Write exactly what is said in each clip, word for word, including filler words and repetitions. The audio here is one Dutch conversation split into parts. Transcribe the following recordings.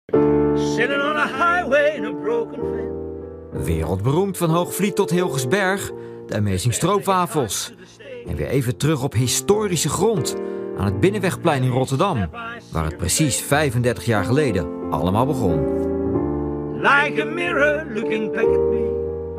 Sitting on a highway in a broken van. Wereldberoemd van Hoogvliet tot Hilgersberg, de Amazing Stroopwafels. En weer even terug op historische grond, aan het Binnenwegplein in Rotterdam, waar het precies vijfendertig jaar geleden allemaal begon. Like a mirror looking back at me,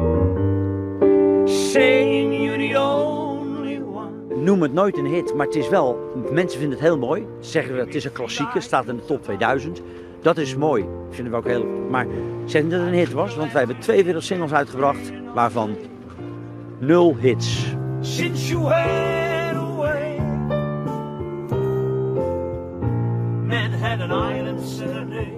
saying you're the only one. Noem het nooit een hit, maar het is wel, mensen vinden het heel mooi. Ze zeggen dat het is een klassieker, staat in de top tweeduizend. Dat is mooi, vinden we ook heel. Maar zeg niet dat het een hit was, want wij hebben tweeënveertig singles uitgebracht, waarvan nul hits. Since you went away, Manhattan Island Saturday.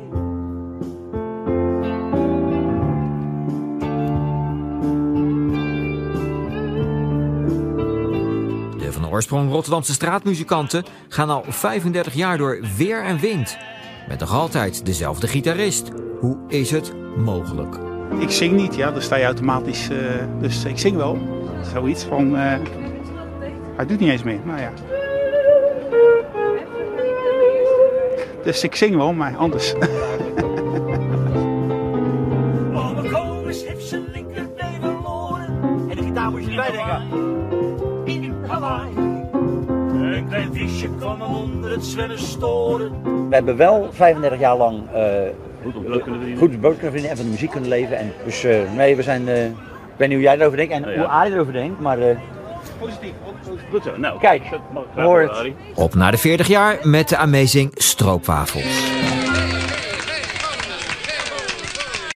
De van oorsprong Rotterdamse straatmuzikanten gaan al vijfendertig jaar door weer en wind. Met nog altijd dezelfde gitarist. Hoe is het mogelijk? Ik zing niet, ja, dan sta je automatisch. Uh, dus ik zing wel. Zoiets van. Uh, hij doet niet eens meer, nou ja. Dus ik zing wel, maar anders. Oh, mijn komers heeft zijn linkerbeen verloren. En de gitaar moet je erbij denken. In Hawaii. Een klein visje kwam hem onder het zwemmen storen. We hebben wel vijfendertig jaar lang uh, goed op brood kunnen verdienen en van de muziek kunnen leven. En dus uh, nee, we zijn. Uh, ik weet niet hoe jij erover denkt en oh, ja. hoe Arie erover denkt, maar. Uh, Positief, goed zo. Nou, kijk, hoor het. Op naar de veertig jaar met de Amazing Stroopwafels.